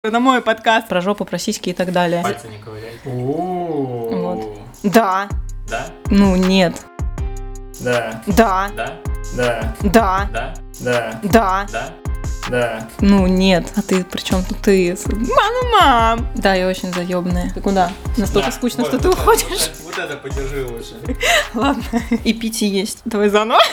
на мой подкаст про жопу, про сиськи и так далее. Пальцы не ковыряй. Вот. Да. Да? Ну, нет. Да. Да. Да? Да. Да. Да? Да. Да. Да? Да. Ну, нет. А ты, причем тут ты? Мам. Да, я очень заебная. Ты куда? Настолько Да. скучно, Вот, что ты вот уходишь. Вот это подержи лучше. Ладно. И пить и есть. Давай заново.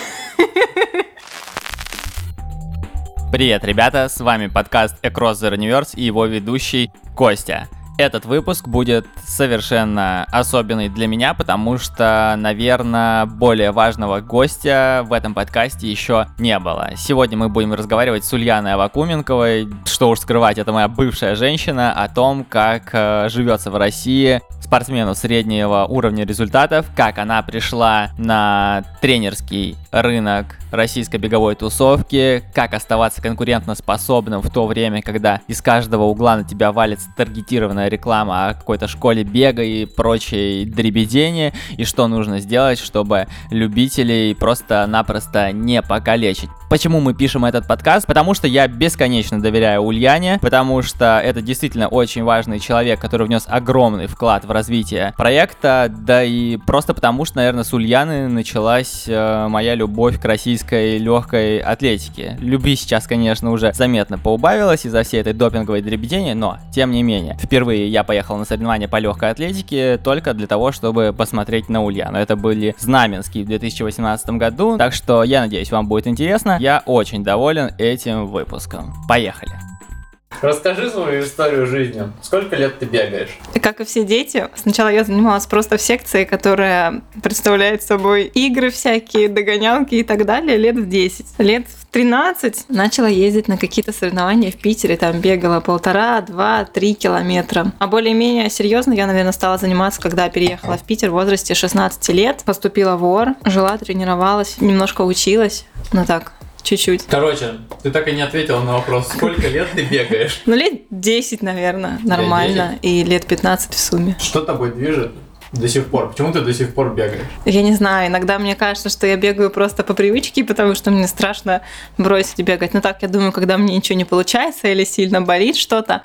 Привет, ребята, с вами подкаст Across the Universe и его ведущий Костя. Этот выпуск будет совершенно особенный для меня, потому что, наверное, более важного гостя в этом подкасте еще не было. Сегодня мы будем разговаривать с Ульяной Аввакуменковой, что уж скрывать, это моя бывшая женщина, о том, как живется в России спортсмену среднего уровня результатов, как она пришла на тренерский рынок российской беговой тусовки, как оставаться конкурентоспособным в то время, когда из каждого угла на тебя валится таргетированная реклама о какой-то школе бега и прочей дребедени, и что нужно сделать, чтобы любителей просто-напросто не покалечить. Почему мы пишем этот подкаст? Потому что я бесконечно доверяю Ульяне, потому что это действительно очень важный человек, который внес огромный вклад в развитие проекта, да и просто потому что, наверное, с Ульяны началась моя любовь к российской легкой атлетике. Любви сейчас, конечно, уже заметно поубавилась из-за всей этой допинговой дребедени, но, тем не менее, впервые я поехал на соревнования по легкой атлетике только для того, чтобы посмотреть на Ульяну. Это были знаменские в 2018 году, так что я надеюсь, вам будет интересно. Я очень доволен этим выпуском. Поехали! Расскажи свою историю жизни. Сколько лет ты бегаешь? Как и все дети, сначала я занималась просто в секции, которая представляет собой игры всякие, догонялки и так далее, лет в 10. Лет в 13 начала ездить на какие-то соревнования в Питере, там бегала 1,5, 2, 3 километра. А более-менее серьезно я, наверное, стала заниматься, когда переехала в Питер в возрасте 16 лет. Поступила в ОР, жила, тренировалась, немножко училась, но так, чуть-чуть. Короче, ты так и не ответила на вопрос, сколько лет ты бегаешь? Ну, лет 10, наверное, нормально, и лет 15 в сумме. Что тобой движет до сих пор? Почему ты до сих пор бегаешь? Я не знаю, иногда мне кажется, что я бегаю просто по привычке, потому что мне страшно бросить бегать. Но так, я думаю, когда мне ничего не получается или сильно болит что-то,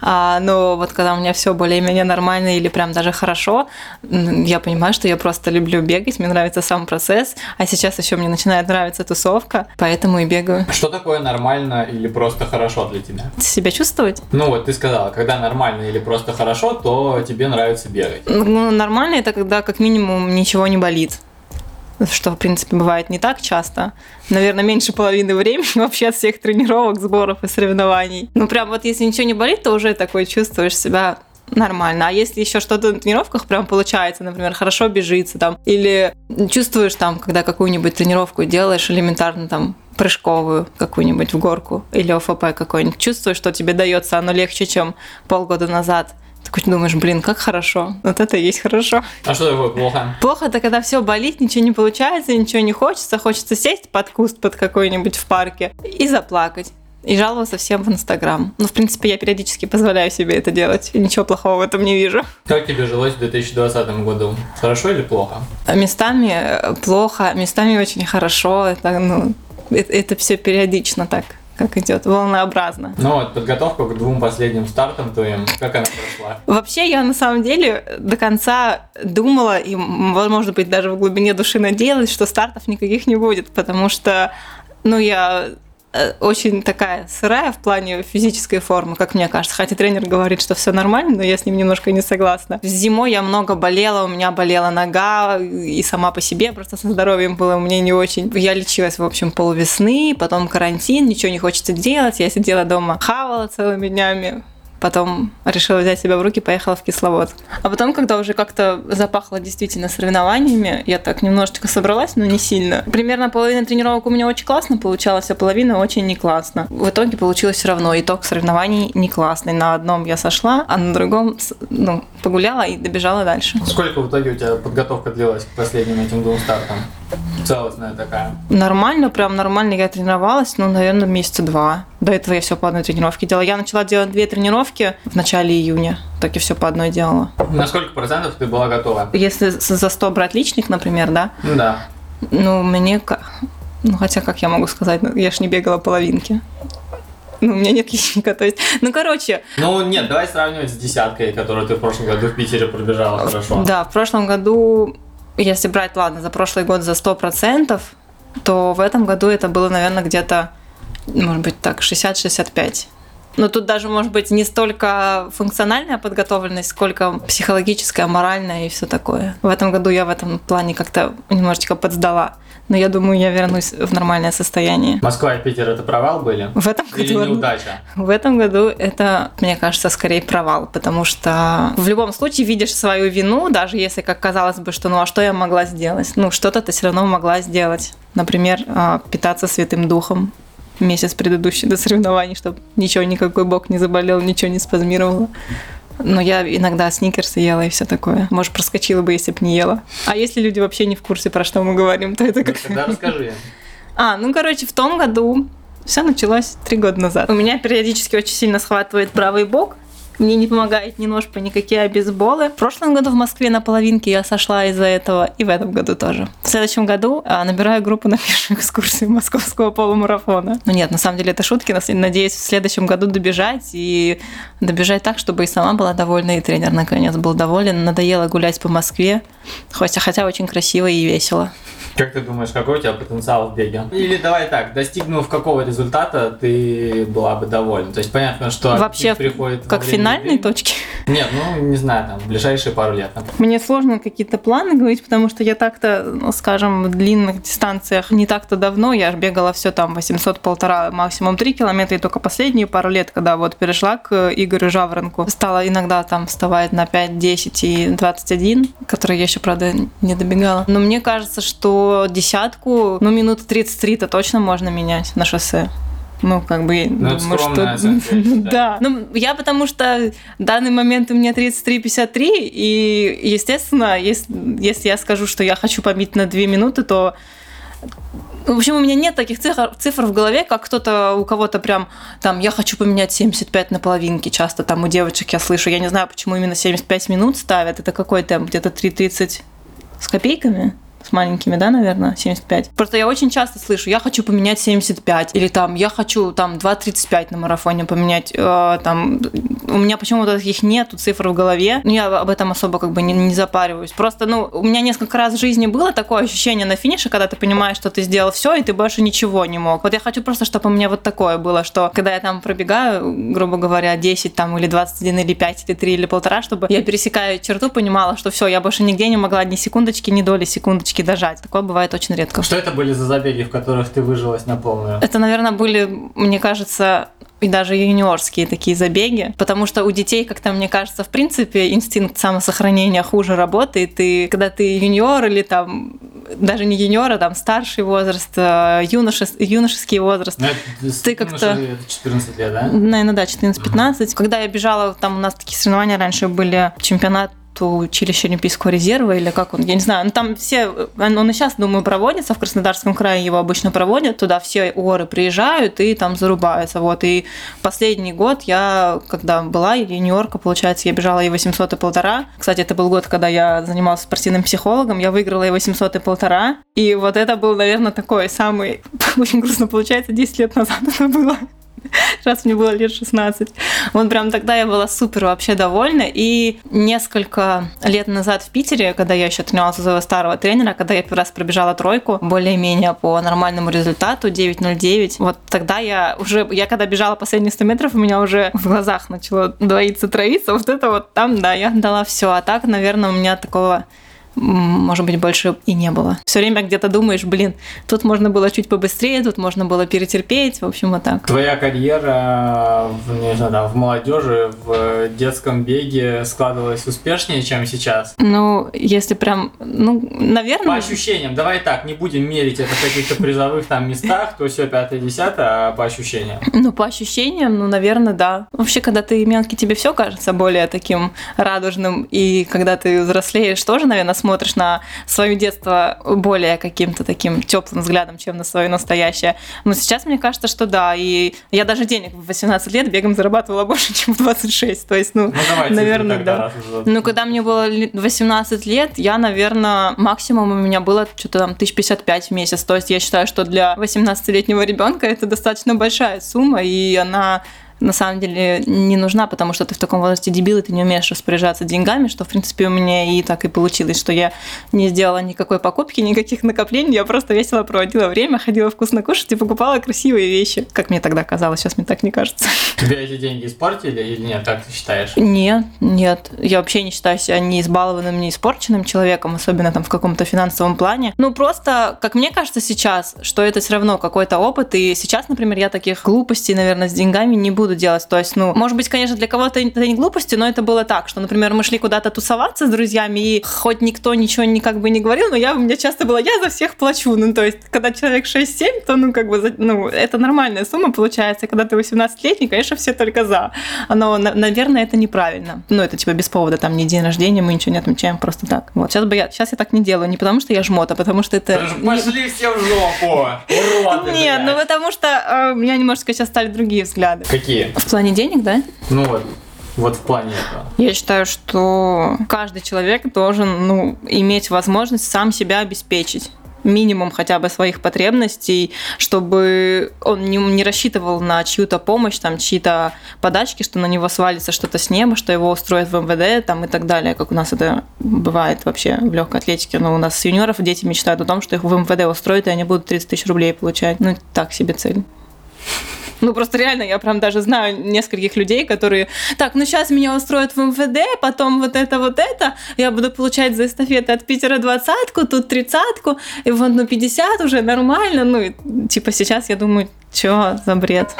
но вот когда у меня все более-менее нормально или прям даже хорошо, я понимаю, что я просто люблю бегать, мне нравится сам процесс, а сейчас еще мне начинает нравиться тусовка, поэтому и бегаю. Что такое нормально или просто хорошо для тебя? Себя чувствовать? Ну вот ты сказала, когда нормально или просто хорошо, то тебе нравится бегать. Ну, нормально это когда как минимум ничего не болит. Что, в принципе, бывает не так часто. Наверное, меньше половины времени вообще от всех тренировок, сборов и соревнований. Ну, прям вот если ничего не болит, то уже такой чувствуешь себя нормально. А если еще что-то на тренировках прям получается, например, хорошо бежится там, или чувствуешь там, когда какую-нибудь тренировку делаешь элементарно там, прыжковую какую-нибудь в горку или ОФП какой-нибудь, чувствуешь, что тебе дается оно легче, чем полгода назад. Такой думаешь, блин, как хорошо. Вот это и есть хорошо. А что такое плохо? Плохо это когда все болит, ничего не получается, ничего не хочется. Хочется сесть под куст под какой-нибудь в парке и заплакать. И жаловаться всем в Инстаграм. Ну, в принципе, я периодически позволяю себе это делать. И ничего плохого в этом не вижу. Как тебе жилось в 2020 году? Хорошо или плохо? Местами плохо, местами очень хорошо. Это все периодично так, как идет, волнообразно. Ну вот, подготовка к 2 последним стартам твоим, как она прошла? Вообще, я на самом деле до конца думала, и, может быть, даже в глубине души надеялась, что стартов никаких не будет, потому что, я очень такая сырая в плане физической формы, как мне кажется. Хотя тренер говорит, что все нормально, но я с ним немножко не согласна. Зимой я много болела, у меня болела нога, и сама по себе просто со здоровьем было у меня не очень. Я лечилась, в общем, полвесны, потом карантин, ничего не хочется делать. Я сидела дома, хавала целыми днями. Потом решила взять себя в руки, поехала в Кисловодск. А потом, когда уже как-то запахло действительно соревнованиями, я так немножечко собралась, но не сильно. Примерно половина тренировок у меня очень классно получалась, а половина очень не классно. В итоге получилось все равно. Итог соревнований не классный. На одном я сошла, а на другом погуляла и добежала дальше. Сколько в итоге у тебя подготовка длилась к последним этим 2 стартам? Целостная такая. Нормально, прям нормально я тренировалась, наверное, месяца 2. До этого я все по одной тренировке делала. Я начала делать 2 тренировки в начале июня. Так и все по одной делала. На сколько процентов ты была готова? Если за 100 брать личник, например, да? Да. Мне... хотя, как я могу сказать, я ж не бегала половинки. Ну, у меня нет личника, то есть... Ну, короче... Ну, нет, давай сравнивать с десяткой, которую ты в прошлом году в Питере пробежала хорошо. Да, в прошлом году, если брать, ладно, за прошлый год за 100%, то в этом году это было, наверное, где-то, может быть, так, 60-65. Но тут даже, может быть, не столько функциональная подготовленность, сколько психологическая, моральная и все такое. В этом году я в этом плане как-то немножечко подсдала. Но я думаю, я вернусь в нормальное состояние. Москва и Питер — это провал были? В этом году, или неудача? В этом году это, мне кажется, скорее провал, потому что в любом случае видишь свою вину, даже если, как казалось бы, что ну а что я могла сделать? Ну, что-то ты все равно могла сделать. Например, питаться Святым Духом месяц предыдущий до соревнований, чтобы ничего, никакой бок не заболел, ничего не спазмировало. Но я иногда сникерсы ела и все такое. Может, проскочила бы, если бы не ела. А если люди вообще не в курсе, про что мы говорим, то это как... Тогда расскажи. Ну, короче, в том году все началось 3 года назад. У меня периодически очень сильно схватывает правый бок. Мне не помогает ни ножпа, никакие обезболы. В прошлом году в Москве на половинке я сошла из-за этого, и в этом году тоже. В следующем году набираю группу на пешую экскурсию московского полумарафона. Ну нет, на самом деле это шутки. Надеюсь, в следующем году добежать, и добежать так, чтобы и сама была довольна, и тренер наконец был доволен. Надоело гулять по Москве, хотя очень красиво и весело. Как ты думаешь, какой у тебя потенциал в беге? Или давай так, достигнув какого результата, ты была бы довольна? То есть понятно, что вообще приходит как финальной точки? Нет, ну не знаю, там в ближайшие пару лет. Например. Мне сложно какие-то планы говорить, потому что я так-то, ну, скажем, в длинных дистанциях не так-то давно, я же бегала все там 800, 1,5, максимум 3 километра, и только последние пару лет, когда вот перешла к Игорю Жаворонку, стала иногда там вставать на 5, 10 и 21, которые я еще, правда, не добегала. Но мне кажется, что десятку, ну, минут 33-то точно можно менять на шоссе. Ну, как бы, ну, думаю, что... Да. Ну, я потому что в данный момент у меня 33-53, и, естественно, если я скажу, что я хочу побить на 2 минуты, то... В общем, у меня нет таких цифр в голове, как у кого-то прям, там, я хочу поменять 75 на половинке. Часто там у девочек я слышу, я не знаю, почему именно 75 минут ставят. Это какой темп? Где-то 3:30 с копейками? С маленькими, да, наверное, 75. Просто я очень часто слышу, я хочу поменять 75, или там, я хочу там 2:35 на марафоне поменять, там, у меня почему-то таких нету цифр в голове, но я об этом особо как бы не запариваюсь. Просто, ну, у меня несколько раз в жизни было такое ощущение на финише, когда ты понимаешь, что ты сделал все, и ты больше ничего не мог. Вот я хочу просто, чтобы у меня вот такое было, что когда я там пробегаю, грубо говоря, 10 там, или 21, или 5, или 3, или 1,5, чтобы я пересекаю черту, понимала, что все, я больше нигде не могла ни секундочки, ни доли секундочки дожать. Такое бывает очень редко. Что это были за забеги, в которых ты выжилась на полную? Это, наверное, были, мне кажется, и даже юниорские такие забеги, потому что у детей, как-то, мне кажется, в принципе, инстинкт самосохранения хуже работает, и когда ты юниор или там, даже не юниор, а там старший возраст, юношеский возраст, ты как-то... 14 лет, да? Наверное, да, 14-15. Когда я бежала, там у нас такие соревнования раньше были, чемпионат училища Олимпийского резерва, или как он, я не знаю, там все, он и сейчас, думаю, проводится, в Краснодарском крае его обычно проводят, туда все оры приезжают и там зарубаются, вот, и последний год я, когда была юниорка, получается, я бежала и 800, и 1,5, кстати, это был год, когда я занималась спортивным психологом, я выиграла и 800, и 1,5, и вот это был, наверное, такой самый, очень грустно получается, 10 лет назад это было. Раз мне было лет 16. Вот прям тогда я была супер вообще довольна. И несколько лет назад в Питере, когда я еще тренировалась у своего старого тренера, когда я первый раз пробежала 3, более-менее по нормальному результату, 9:09, вот тогда я когда бежала последние 100 метров, у меня уже в глазах начало двоиться, троиться. Вот это вот там, да, я дала все. А так, наверное, у меня такого... может быть, больше и не было. Все время где-то думаешь, блин, тут можно было чуть побыстрее, тут можно было перетерпеть, в общем, вот так. Твоя карьера в молодежи, в детском беге складывалась успешнее, чем сейчас? Ну, если прям, наверное... По ощущениям, давай так, не будем мерить это в каких-то призовых там местах, то все 5-10, а по ощущениям. Ну, по ощущениям, наверное, да. Вообще, когда ты мелкий, тебе все кажется более таким радужным, и когда ты взрослеешь, тоже, наверное, смотришь на свое детство более каким-то таким теплым взглядом, чем на свое настоящее. Но сейчас мне кажется, что да, и я даже денег в 18 лет бегом зарабатывала больше, чем в 26, то есть, наверное, да. Ну, когда мне было 18 лет, я, наверное, максимум у меня было что-то там 1055 в месяц, то есть я считаю, что для 18-летнего ребенка это достаточно большая сумма, и она на самом деле не нужна, потому что ты в таком возрасте дебил, и ты не умеешь распоряжаться деньгами, что, в принципе, у меня и так и получилось, что я не сделала никакой покупки, никаких накоплений, я просто весело проводила время, ходила вкусно кушать и покупала красивые вещи, как мне тогда казалось, сейчас мне так не кажется. Тебя эти деньги испортили или нет, как ты считаешь? Нет, я вообще не считаю себя ни избалованным, ни испорченным человеком, особенно там в каком-то финансовом плане. Ну, просто, как мне кажется сейчас, что это все равно какой-то опыт, и сейчас, например, я таких глупостей, наверное, с деньгами не буду делать. То есть, может быть, конечно, для кого-то это не глупости, но это было так, что, например, мы шли куда-то тусоваться с друзьями, и хоть никто ничего как бы не говорил, но у меня часто было, я за всех плачу. Ну, то есть, когда человек 6-7, то, это нормальная сумма получается. Когда ты 18-летний, конечно, все только за. Но, наверное, это неправильно. Ну, это типа без повода, там, не день рождения, мы ничего не отмечаем просто так. Вот, сейчас я так не делаю, не потому что я жмот, а потому что это... Пошли все в жопу! Уроды, нет, блядь. потому что у меня немножко сейчас стали другие взгляды. Какие? В плане денег, да? Ну вот в плане этого. Я считаю, что каждый человек должен, иметь возможность сам себя обеспечить. Минимум хотя бы своих потребностей, чтобы он не рассчитывал на чью-то помощь, там, чьи-то подачки, что на него свалится что-то с неба, что его устроят в МВД там, и так далее, как у нас это бывает вообще в легкой атлетике. Но у нас с юниоров дети мечтают о том, что их в МВД устроят, и они будут 30 тысяч рублей получать. Так себе цель. Просто реально, я прям даже знаю нескольких людей, которые... Так, сейчас меня устроят в МВД, потом вот это, я буду получать за эстафеты от Питера 20-ку, тут 30-ку, и 50 уже нормально. Сейчас я думаю, чё за бред?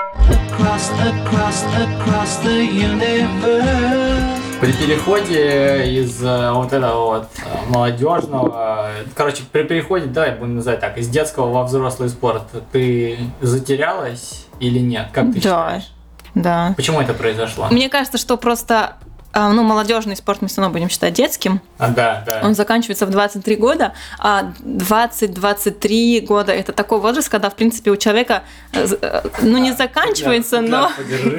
При переходе из молодежного, при переходе, давай будем называть так, из детского во взрослый спорт, ты затерялась или нет? Как ты считаешь? Да. Почему это произошло? Мне кажется, что просто молодежный спорт мы все равно будем считать детским. Да. Он заканчивается в 23 года, а 20-23 года – это такой возраст, когда, в принципе, у человека, не заканчивается, но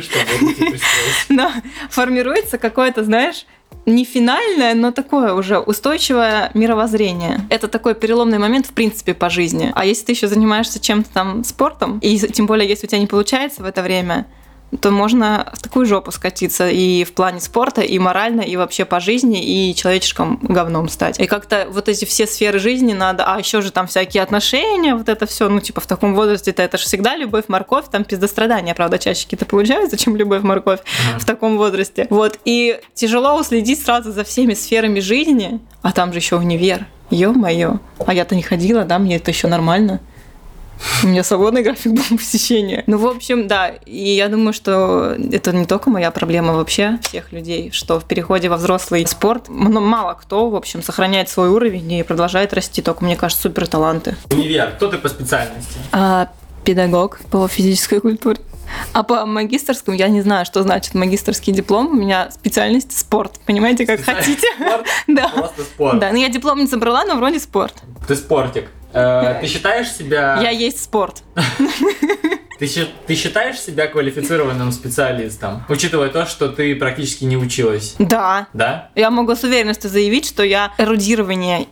формируется какое-то, знаешь, не финальное, но такое уже устойчивое мировоззрение. Это такой переломный момент, в принципе, по жизни. А если ты еще занимаешься чем-то там спортом, и тем более, если у тебя не получается в это время, то можно в такую жопу скатиться и в плане спорта, и морально, и вообще по жизни, и человеческим говном стать. И как-то вот эти все сферы жизни надо, а еще же там всякие отношения, вот это все, в таком возрасте-то это же всегда любовь, морковь, там пиздострадания, правда, чаще какие-то получаются, чем любовь, морковь в таком возрасте. Вот, и тяжело уследить сразу за всеми сферами жизни, а там же еще универ, ё-моё, а я-то не ходила, да, мне это еще нормально. У меня свободный график был посещения. В общем, да. И я думаю, что это не только моя проблема вообще всех людей, что в переходе во взрослый спорт мало кто, в общем, сохраняет свой уровень и продолжает расти. Только, мне кажется, супер таланты. Универ. Кто ты по специальности? Педагог по физической культуре. А по магистерскому я не знаю, что значит магистерский диплом. У меня специальность спорт. Понимаете, как хотите? Спорт? Да. Просто спорт. Да, я диплом не забрала, но вроде спорт. Ты спортик. Ты считаешь себя... Я есть спорт. Ты считаешь себя квалифицированным специалистом, учитывая то, что ты практически не училась? Да. Да? Я могу с уверенностью заявить, что я эрудирование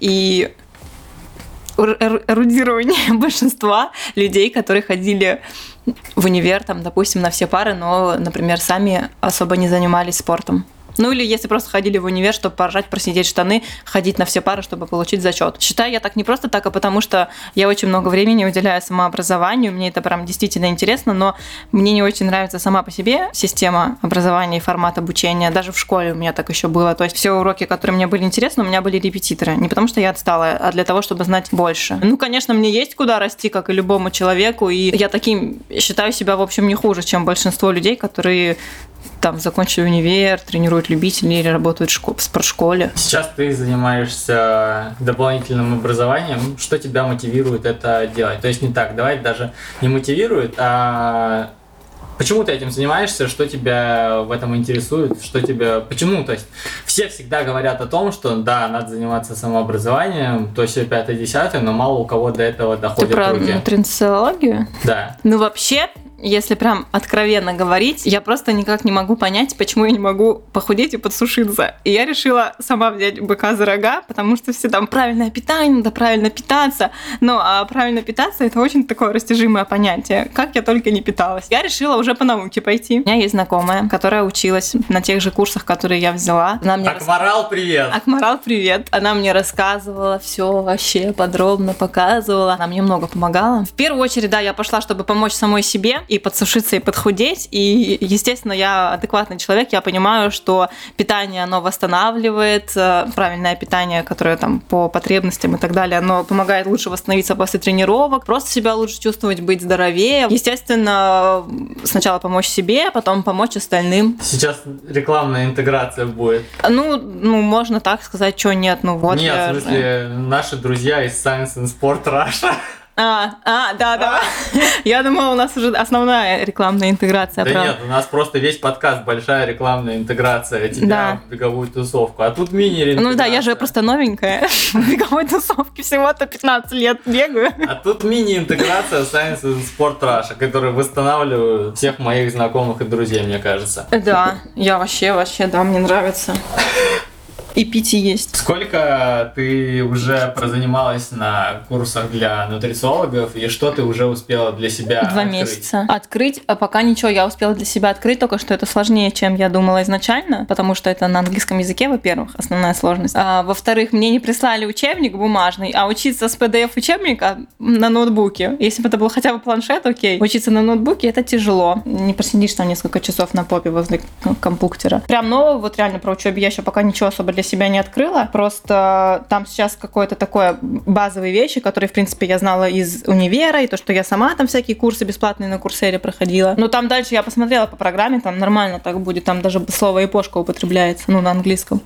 большинства людей, которые ходили в универ, там, допустим, на все пары, но, например, сами особо не занимались спортом. Или если просто ходили в универ, чтобы поржать, просидеть штаны, ходить на все пары, чтобы получить зачет. Считаю я так не просто так, а потому что я очень много времени уделяю самообразованию, мне это прям действительно интересно, но мне не очень нравится сама по себе система образования и формат обучения. Даже в школе у меня так еще было. То есть все уроки, которые мне были интересны, у меня были репетиторы. Не потому что я отстала, а для того, чтобы знать больше. Конечно, мне есть куда расти, как и любому человеку, и я таким считаю себя, в общем, не хуже, чем большинство людей, которые там закончили универ, тренируют любителей или работают в спортшколе. Сейчас ты занимаешься дополнительным образованием. Что тебя мотивирует это делать? То есть не так, давай даже не мотивирует, а Почему ты этим занимаешься? Что тебя в этом интересует? Что тебя... Почему? То есть все всегда говорят о том, что да, надо заниматься самообразованием, то все 5-10, но мало у кого до этого доходят руки. Ты про нутрициологию? Да. Ну, вообще, если прям откровенно говорить, я просто никак не могу понять, почему я не могу похудеть и подсушиться. И я решила сама взять быка за рога, потому что все там правильное питание, надо правильно питаться. Ну, а правильно питаться — это очень такое растяжимое понятие. Как я только не питалась. Я решила уже по науке пойти. У меня есть знакомая, которая училась на тех же курсах, которые я взяла. Акмарал, привет! Акмарал, привет! Она мне рассказывала все вообще подробно, показывала. Она мне много помогала. В первую очередь, да, я пошла, чтобы помочь самой себе и подсушиться, и подхудеть. И, естественно, я адекватный человек, я понимаю, что питание, оно восстанавливает, правильное питание, которое там по потребностям и так далее, оно помогает лучше восстановиться после тренировок, просто себя лучше чувствовать, быть здоровее. Естественно, сначала помочь себе, потом помочь остальным. Сейчас рекламная интеграция будет. Ну, можно так сказать, что нет, ну вот. Нет, в смысле, наши друзья из Science and Sport Russia. Да. Я думала, у нас уже основная рекламная интеграция. Да нет, у нас просто весь подкаст большая рекламная интеграция тебя в беговую тусовку. А тут мини-интеграция. Ну да, я же просто новенькая. В беговой тусовке всего-то 15 лет бегаю. А тут мини-интеграция Science and Sport Russia, которую восстанавливаю всех моих знакомых и друзей, мне кажется. Да, я вообще, да, мне нравится. И пить и есть. Сколько ты уже прозанималась на курсах для нутрициологов и что ты уже успела для себя 2 месяца. Открыть, а пока ничего, я успела для себя открыть, только что это сложнее, чем я думала изначально, потому что это на английском языке, во-первых, основная сложность. А во-вторых, мне не прислали учебник бумажный, а учиться с PDF-учебника на ноутбуке. Если бы это был хотя бы планшет, окей. Учиться на ноутбуке — это тяжело. Не просидишь там несколько часов на попе возле компьютера. Прям нового, вот реально про учебу я еще пока ничего особо для себя не открыла. Просто там сейчас какое-то такое базовые вещи, которые, в принципе, я знала из универа, и то, что я сама там всякие курсы бесплатные на Курсере проходила. Но там дальше я посмотрела по программе, там нормально так будет, там даже слово «эпошка» употребляется, ну, на английском.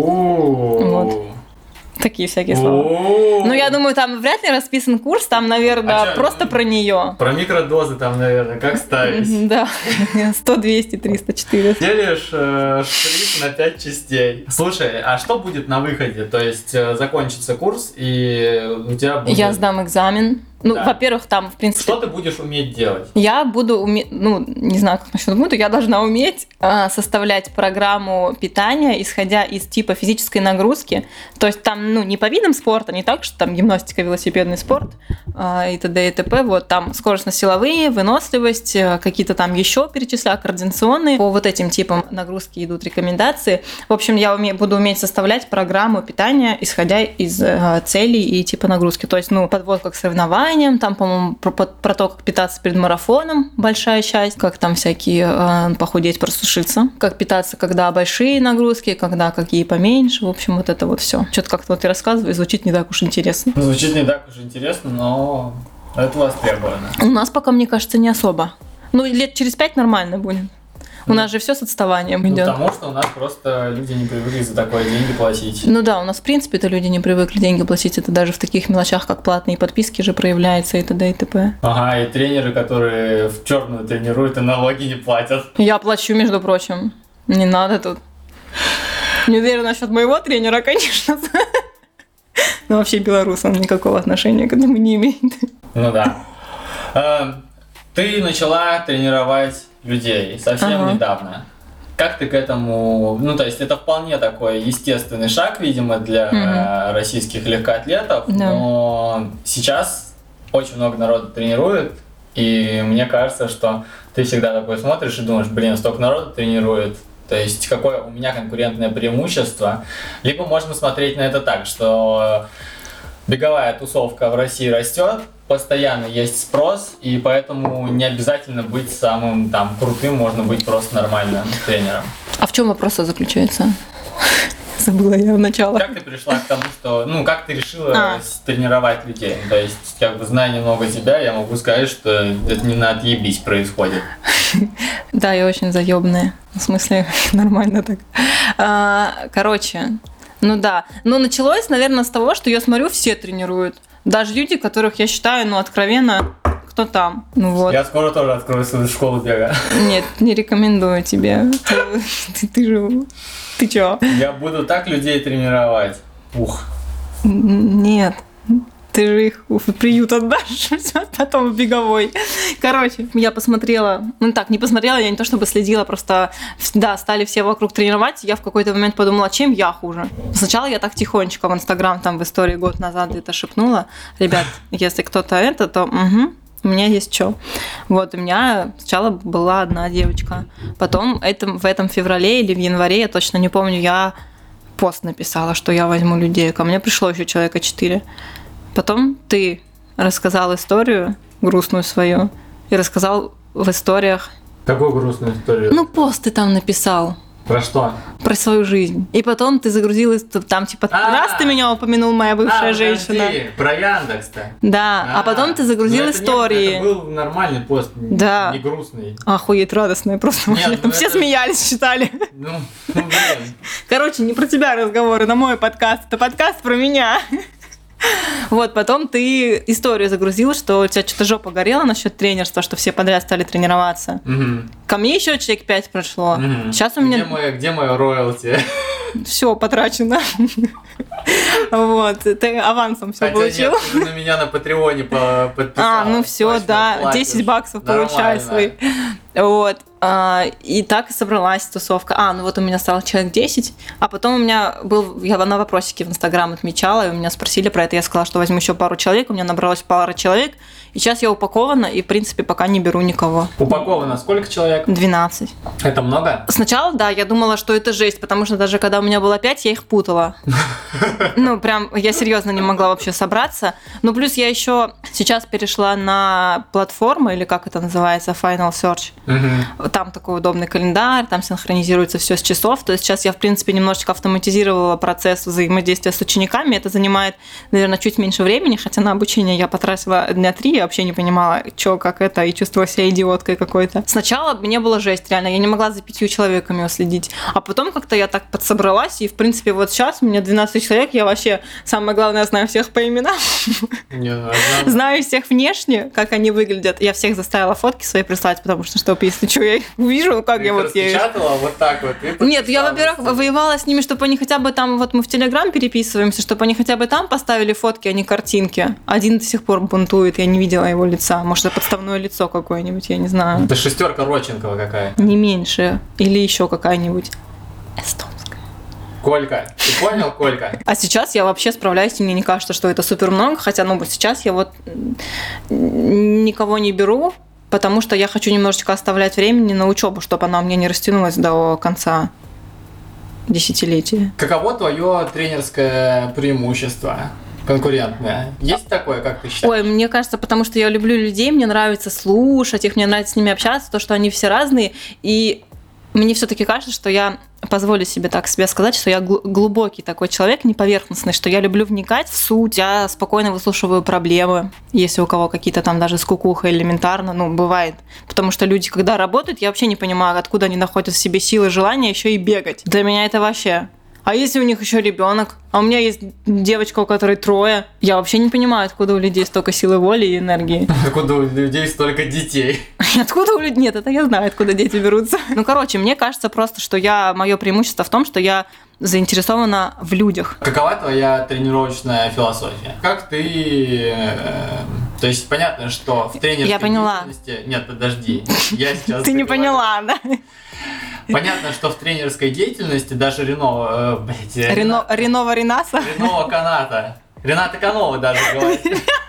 Вот. Такие всякие слова. Ну, я думаю, там вряд ли расписан курс, там, наверное, просто про нее. Про микродозы там, наверное, как ставить. Да, 100, 200, 300, 400. Делишь шрифт на 5 частей. Слушай, а что будет на выходе? То есть закончится курс, и у тебя будет... Я сдам экзамен. Ну, да. Во-первых, там, в принципе... Что ты будешь уметь делать? Я буду уметь... Ну, не знаю, как насчет буду. Я должна уметь составлять программу питания, исходя из типа физической нагрузки. То есть там, ну, не по видам спорта, не так, что там гимнастика, велосипедный спорт и т.д. и т.п. Вот там скоростно-силовые, выносливость, какие-то там еще перечисляю, координационные. По вот этим типам нагрузки идут рекомендации. В общем, я буду уметь составлять программу питания, исходя из целей и типа нагрузки. То есть, ну, подводка к соревнованиям, там, по-моему, про то, как питаться перед марафоном, большая часть, как там всякие похудеть, просушиться, как питаться, когда большие нагрузки, когда какие поменьше, в общем, вот это вот все. Что-то как-то вот ты рассказываешь, звучит не так уж интересно. Звучит не так уж интересно, но это востребовано. У нас пока, мне кажется, не особо. Ну, лет через 5 нормально будет. У нас же все с отставанием идет. Потому что у нас просто люди не привыкли за такое деньги платить. Ну да, у нас в принципе-то люди не привыкли деньги платить. Это даже в таких мелочах, как платные подписки же проявляется и т.д. и т.п. Ага, и тренеры, которые в черную тренируют, и налоги не платят. Я плачу, между прочим. Не надо тут. Не уверена насчет моего тренера, конечно. Но вообще белорус, он никакого отношения к этому не имеет. Ну да. Ты начала тренировать людей совсем недавно. Как ты к этому... Ну, то есть, это вполне такой естественный шаг, видимо, для российских легкоатлетов, но сейчас очень много народу тренирует, и мне кажется, что ты всегда такой смотришь и думаешь, блин, столько народу тренирует, то есть, какое у меня конкурентное преимущество. Либо можно смотреть на это так, что беговая тусовка в России растет, постоянно есть спрос, и поэтому не обязательно быть самым там крутым, можно быть просто нормальным тренером. А в чем вопрос заключается? Забыла я в начало. Как ты пришла к тому, что, ну, как ты решила тренировать людей? То есть, как бы, зная немного тебя, я могу сказать, что это не на отъебись происходит. Да, я очень заебная. В смысле, нормально так. Короче, ну да. Но началось, наверное, с того, что я смотрю, все тренируют. Даже люди, которых я считаю, ну, откровенно, кто там. Ну, вот. Я скоро тоже открою свою школу бега. Нет, не рекомендую тебе. Ты чё? Я буду так людей тренировать. Ух. Нет. Ты же их в приют отдашь, потом в беговой. Короче, я посмотрела, не посмотрела, я не то чтобы следила, просто, да, стали все вокруг тренировать, я в какой-то момент подумала, чем я хуже. Сначала я так тихонечко в Инстаграм, там в истории год назад где-то шепнула, ребят, если кто-то то у меня есть что. Вот, у меня сначала была одна девочка, потом в этом феврале или в январе, я точно не помню, я пост написала, что я возьму людей, ко мне пришло еще человека 4. Потом ты рассказал историю грустную свою и рассказал в историях. Какую грустную историю? Ну, пост ты там написал. Про что? Про свою жизнь. И потом ты загрузил там, типа, раз ты меня упомянул, моя бывшая женщина. Подожди, про Яндекс-то. Да, а потом ты загрузил истории. Это был нормальный пост, да. Не грустный. Охуеть, радостный просто. Нет, там все смеялись, читали. Ну, блин. Короче, не про тебя разговоры, на мой подкаст. Это подкаст про меня. Вот, потом ты историю загрузил, что у тебя что-то жопа горела насчет тренерства, что все подряд стали тренироваться. Угу. Ко мне еще человек 5 прошло. Угу. Сейчас у меня... Где мое роялти? Все потрачено. Вот, ты авансом все получил. Нет, ты на меня на Патреоне подписал. Ну все, да, 10 баксов получай свои. Вот. И так и собралась тусовка. Ну вот у меня стало человек 10, а потом у меня я на вопросике в Инстаграм отмечала, и у меня спросили про это, я сказала, что возьму еще пару человек, у меня набралось пара человек, и сейчас я упакована, и в принципе пока не беру никого. Упаковано сколько человек? 12. Это много? Сначала, да, я думала, что это жесть, потому что даже когда у меня было 5, я их путала. Ну, прям, я серьезно не могла вообще собраться. Ну, плюс я еще сейчас перешла на платформу, или как это называется, Final Search. Там такой удобный календарь, там синхронизируется все с часов. То есть сейчас я, в принципе, немножечко автоматизировала процесс взаимодействия с учениками. Это занимает, наверное, чуть меньше времени, хотя на обучение я потратила дня 3, я вообще не понимала, что, как это, и чувствовала себя идиоткой какой-то. Сначала мне было жесть, реально, я не могла за 5 человеками уследить. А потом как-то я так подсобралась, и, в принципе, вот сейчас у меня 12 человек, я вообще, самое главное, знаю всех по именам. Знаю всех внешне, как они выглядят. Я всех заставила фотки свои прислать, потому что, чтобы, если что, я их увижу, как я вот ей... распечатала вот так вот? Нет, я, во-первых, воевала с ними, чтобы они хотя бы там, вот мы в Телеграм переписываемся, чтобы они хотя бы там поставили фотки, а не картинки. Один до сих пор бунтует, я не видела его лица. Может, это подставное лицо какое-нибудь, я не знаю. Это 6 Родченкова какая? Не меньше. Или еще какая-нибудь эстонская. Колька. Ты понял, Колька? А сейчас я вообще справляюсь, и мне не кажется, что это супер много, хотя, вот сейчас я вот никого не беру, потому что я хочу немножечко оставлять времени на учебу, чтобы она у меня не растянулась до конца десятилетия. Каково твое тренерское преимущество? Конкурентное. Есть такое, как ты считаешь? Ой, мне кажется, потому что я люблю людей, мне нравится слушать их, мне нравится с ними общаться, то, что они все разные, и мне все-таки кажется, что я позволю себе так себе сказать, что я глубокий такой человек, не поверхностный, что я люблю вникать в суть, я спокойно выслушиваю проблемы, если у кого какие-то там даже с кукухой элементарно, бывает. Потому что люди, когда работают, я вообще не понимаю, откуда они находят в себе силы, желания еще и бегать. Для меня это вообще... А если у них еще ребенок? А у меня есть девочка, у которой 3. Я вообще не понимаю, откуда у людей столько силы воли и энергии. Откуда у людей столько детей? Откуда у людей? Нет, это я знаю, откуда дети берутся. Мне кажется просто, что мое преимущество в том, что я заинтересована в людях. Какова твоя тренировочная философия? Как ты... То есть понятно, что в тренерской я поняла. деятельности... Нет, подожди. Я сейчас... Ты не поняла, да? Понятно, что в тренерской деятельности даже Ренова Ренаса? Ренова Каната. Рената Канова даже говорит.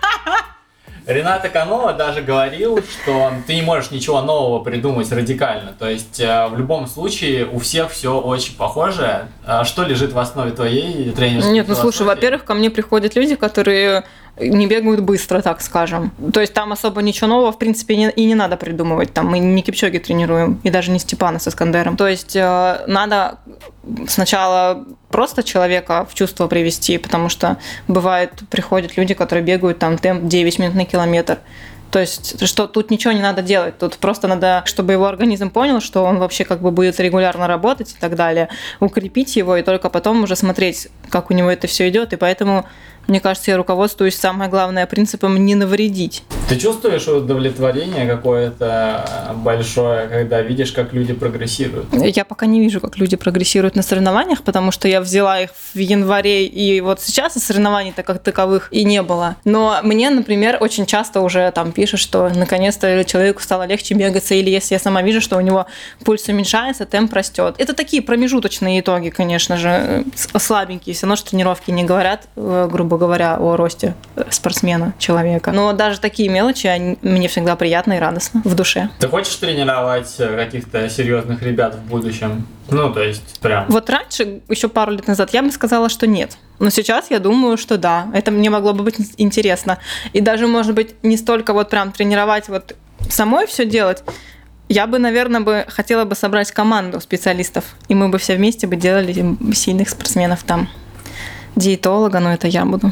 Рената Канова даже говорил, что ты не можешь ничего нового придумать радикально. То есть в любом случае у всех все очень похоже. Что лежит в основе твоей тренерской Нет, философии? Слушай, во-первых, ко мне приходят люди, которые не бегают быстро, так скажем. То есть там особо ничего нового, в принципе, и не надо придумывать. Там мы не Кипчоги тренируем, и даже не Степана с Искандером. То есть надо сначала просто человека в чувство привести, потому что бывает, приходят люди, которые бегают там темп 9 минут на километр. То есть, что тут ничего не надо делать, тут просто надо, чтобы его организм понял, что он вообще будет регулярно работать и так далее, укрепить его, и только потом уже смотреть, как у него это все идет, и поэтому, мне кажется, я руководствуюсь, самое главное, принципом не навредить. Ты чувствуешь удовлетворение какое-то большое, когда видишь, как люди прогрессируют? Я пока не вижу, как люди прогрессируют на соревнованиях, потому что я взяла их в январе, и вот сейчас и соревнований-то как таковых и не было. Но мне, например, очень часто уже там пишут, что наконец-то человеку стало легче бегаться, или если я сама вижу, что у него пульс уменьшается, темп растет. Это такие промежуточные итоги, конечно же, слабенькие, все равно, что тренировки не говорят, грубо говоря, о росте спортсмена, человека. Но даже такие мелочи, мне всегда приятно и радостно в душе. Ты хочешь тренировать каких-то серьезных ребят в будущем? Ну, то есть, прям... Вот раньше, еще пару лет назад, я бы сказала, что нет. Но сейчас я думаю, что да. Это мне могло бы быть интересно. И даже, может быть, не столько вот прям тренировать, вот самой все делать. Я бы, наверное, хотела бы собрать команду специалистов. И мы бы все вместе бы делали сильных спортсменов там. Диетолога, это я буду.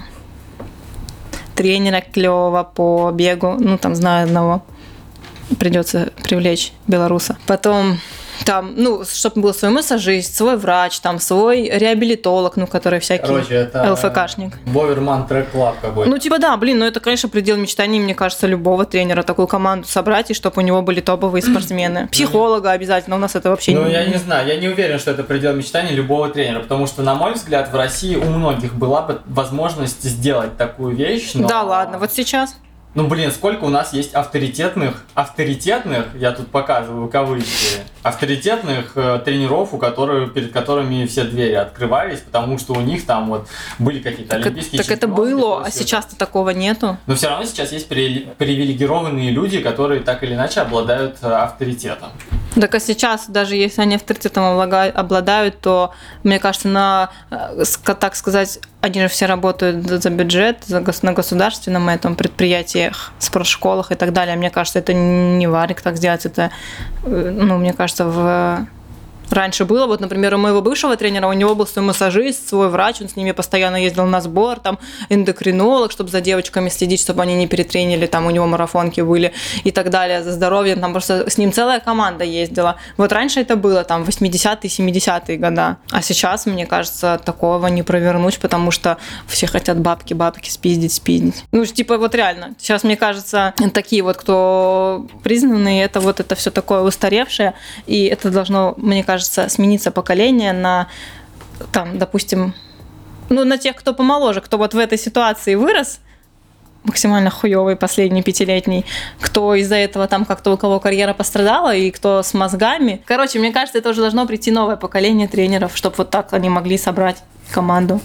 Тренера клёвого по бегу, там знаю одного, придется привлечь белоруса. Потом там, чтобы был свой массажист, свой врач, там свой реабилитолог, который всякий. Короче, это ЛФКшник. Боверман Трек Клаб какой-то. Да, это, конечно, предел мечтаний, мне кажется, любого тренера, такую команду собрать, и чтобы у него были топовые спортсмены. Психолога обязательно, у нас это вообще я не знаю, я не уверен, что это предел мечтаний любого тренера, потому что, на мой взгляд, в России у многих была бы возможность сделать такую вещь, но... Да ладно, вот сейчас... Сколько у нас есть авторитетных, я тут показываю кавычки, авторитетных тренеров, перед которыми все двери открывались, потому что у них там вот были какие-то олимпийские чемпионы. Так это было, а сейчас-то такого нету. Но все равно сейчас есть привилегированные люди, которые так или иначе обладают авторитетом. Так а сейчас, даже если они авторитетом обладают, то, мне кажется, так сказать, они же все работают за бюджет, на государственном этом предприятиях, спортшколах и так далее. Мне кажется, это не варик так сделать. Это, мне кажется, раньше было, вот, например, у моего бывшего тренера, у него был свой массажист, свой врач, он с ними постоянно ездил на сбор, там, эндокринолог, чтобы за девочками следить, чтобы они не перетренили, там, у него марафонки были и так далее, за здоровье, там, просто с ним целая команда ездила. Вот раньше это было, там, 80-е, 70-е года, а сейчас, мне кажется, такого не провернуть, потому что все хотят бабки, спиздить. Вот реально, сейчас, мне кажется, такие вот, кто признанные, это все такое устаревшее, и это должно, мне кажется, смениться поколение на, там, допустим, на тех, кто помоложе, кто вот в этой ситуации вырос, максимально хуёвый, последний, 5-летний, кто из-за этого там как-то у кого карьера пострадала, и кто с мозгами. Короче, мне кажется, это уже должно прийти новое поколение тренеров, чтобы вот так они могли собрать команду.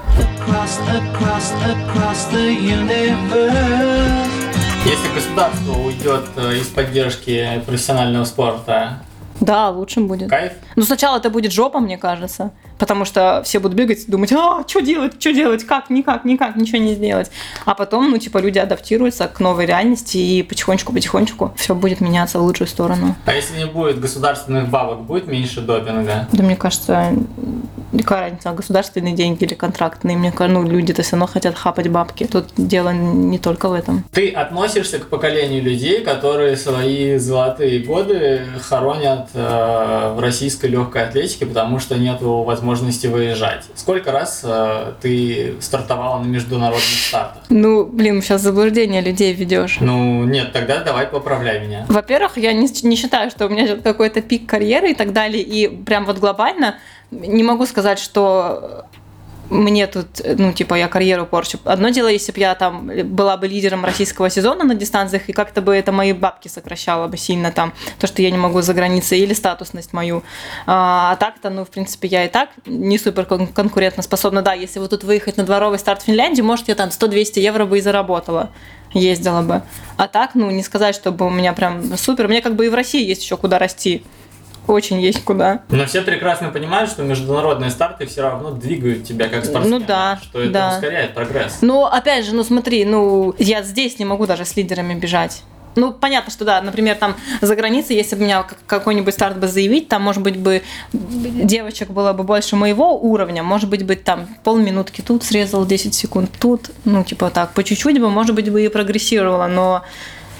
Если государство уйдет из поддержки профессионального спорта, да, лучше будет. Кайф? Сначала это будет жопа, мне кажется, потому что все будут бегать и думать, что делать, как, никак, ничего не сделать. А потом, люди адаптируются к новой реальности, и потихонечку все будет меняться в лучшую сторону. А если не будет государственных бабок, будет меньше допинга? Да, мне кажется, какая разница, государственные деньги или контрактные? Мне кажется, люди-то все равно хотят хапать бабки. Тут дело не только в этом. Ты относишься к поколению людей, которые свои золотые годы хоронят в российской легкой атлетике, потому что нет возможности выезжать. Сколько раз ты стартовала на международных стартах? Сейчас заблуждение людей ведешь. Нет, тогда давай поправляй меня. Во-первых, я не считаю, что у меня идет какой-то пик карьеры и так далее, и прям вот глобально не могу сказать, что мне тут, я карьеру порчу. Одно дело, если бы я там была бы лидером российского сезона на дистанциях, и как-то бы это мои бабки сокращало бы сильно там, то, что я не могу за границей, или статусность мою. А так-то, в принципе, я и так не супер конкурентоспособна. Да, если вот тут выехать на дворовый старт в Финляндии, может, я там 100-200 евро бы и заработала. Ездила бы. А так, не сказать, чтобы у меня прям супер. Мне как бы и в России есть еще куда расти. Очень есть куда. Но все прекрасно понимают, что международные старты все равно двигают тебя как спортсмена. Что это ускоряет прогресс. Опять же, смотри, я здесь не могу даже с лидерами бежать. Понятно, что да, например, там за границей, если бы меня какой-нибудь старт бы заявить, там, может быть, бы девочек было бы больше моего уровня, может быть, там полминутки тут срезал, 10 секунд тут, так, по чуть-чуть бы, может быть, бы и прогрессировала, но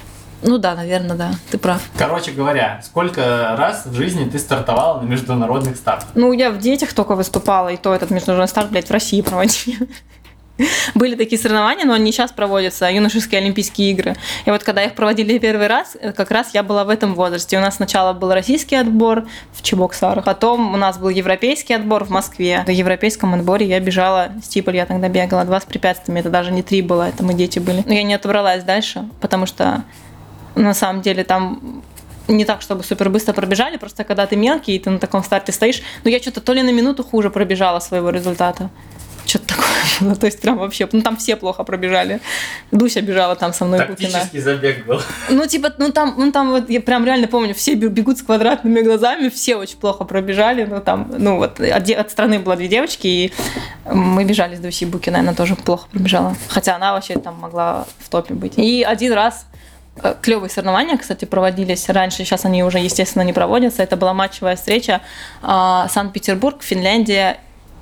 Ну да, наверное, да, ты прав. Короче говоря, сколько раз в жизни ты стартовала на международных стартах? Ну, я в детях только выступала, и то этот международный старт, блядь, в России проводили. Были такие соревнования, но они сейчас проводятся, юношеские Олимпийские игры. И вот когда их проводили первый раз, как раз я была в этом возрасте. У нас сначала был российский отбор в Чебоксарах, потом у нас был европейский отбор в Москве. В европейском отборе я бежала, стипль я тогда бегала, 2 с препятствиями, это даже не 3 было, это мы дети были. Но я не отобралась дальше, потому что на самом деле там не так, чтобы супер быстро пробежали, просто когда ты мелкий, и ты на таком старте стоишь. Но я что-то то ли на минуту хуже пробежала своего результата. Что-то такое было. То есть прям вообще, ну там все плохо пробежали. Дуся бежала там со мной. Тактический забег был. Ну типа, ну там вот я прям реально помню, все бегут с квадратными глазами, все очень плохо пробежали. Ну там, ну вот от страны было 2 девочки, и мы бежали с Дусей Букиной, она тоже плохо пробежала. Хотя она вообще там могла в топе быть. И один раз клевые соревнования, кстати, проводились раньше, сейчас они уже, естественно, не проводятся. Это была матчевая встреча Санкт-Петербург, Финляндия,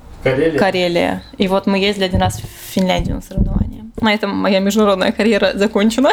Карелия. И вот мы ездили один раз в Финляндию на соревнования. На этом моя международная карьера закончена.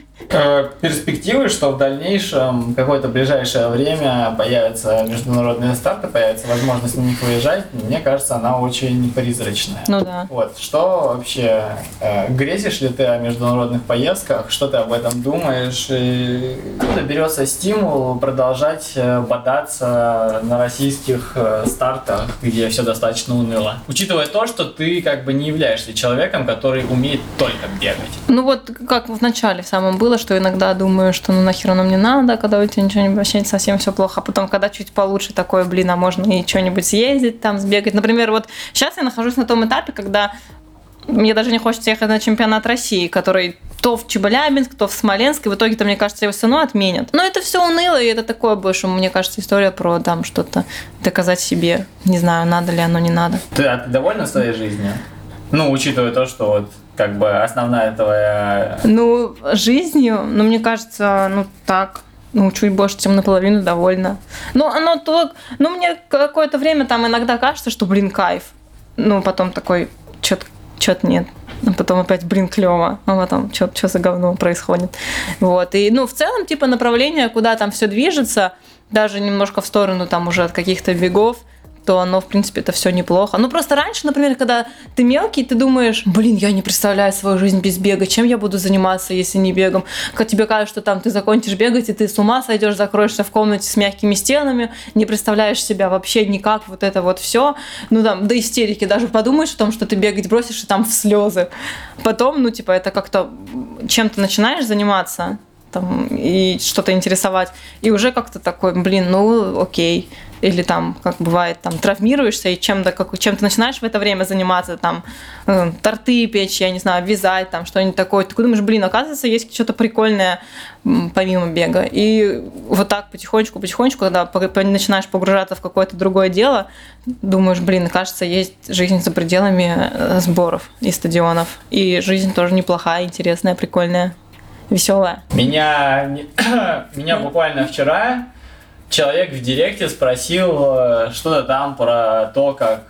Перспективы, что в дальнейшем, какое-то ближайшее время появятся международные старты, появится возможность на них выезжать, мне кажется, она очень призрачная. Ну да. Вот, что вообще, грезишь ли ты о международных поездках, что ты об этом думаешь, и откуда берется стимул продолжать бодаться на российских стартах, где все достаточно уныло? Учитывая то, что ты как бы не являешься человеком, который умеет только бегать. Ну вот как в начале в самом было, что иногда думаю, что ну нахер оно мне надо, когда у тебя ничего не вообще совсем все плохо, а потом, когда чуть получше, такое, блин, а можно и что-нибудь съездить, там, сбегать. Например, вот сейчас я нахожусь на том этапе, когда мне даже не хочется ехать на чемпионат России, который то в Челябинск, то в Смоленск, и в итоге-то, мне кажется, его все равно отменят. Но это все уныло, и это такое больше, мне кажется, история про там что-то доказать себе. Не знаю, надо ли оно, не надо. Ты довольна своей жизнью? Ну, учитывая то, что вот как бы основная твоя... Ну, жизнью, ну, мне кажется, ну, так, ну, чуть больше, чем наполовину довольна. Ну, оно то... Ну, мне какое-то время там иногда кажется, что, блин, кайф. Ну, потом такой, чё-то нет. А потом опять, блин, клево. А потом, что за говно происходит. Вот. И, ну, в целом, типа, направление, куда там все движется, даже немножко в сторону там уже от каких-то бегов, то оно, в принципе, это все неплохо. Ну, просто раньше, например, когда ты мелкий, ты думаешь, блин, я не представляю свою жизнь без бега, чем я буду заниматься, если не бегом? Когда тебе кажется, что там ты закончишь бегать, и ты с ума сойдешь, закроешься в комнате с мягкими стенами, не представляешь себя вообще никак, вот это вот все. Ну, там, до истерики даже подумаешь о том, что ты бегать бросишь, и там в слезы. Потом, ну, типа, это как-то чем-то начинаешь заниматься, там, и что-то интересовать, и уже как-то такой, блин, ну, окей. Или там, как бывает, там травмируешься, и чем-то начинаешь в это время заниматься, там, торты печь, я не знаю, вязать, там, что-нибудь такое. Ты думаешь, блин, оказывается, есть что-то прикольное помимо бега. И вот так потихонечку, когда начинаешь погружаться в какое-то другое дело, думаешь, блин, кажется, есть жизнь за пределами сборов и стадионов. И жизнь тоже неплохая, интересная, прикольная, веселая. Меня буквально вчера человек в директе спросил что-то там про то, как,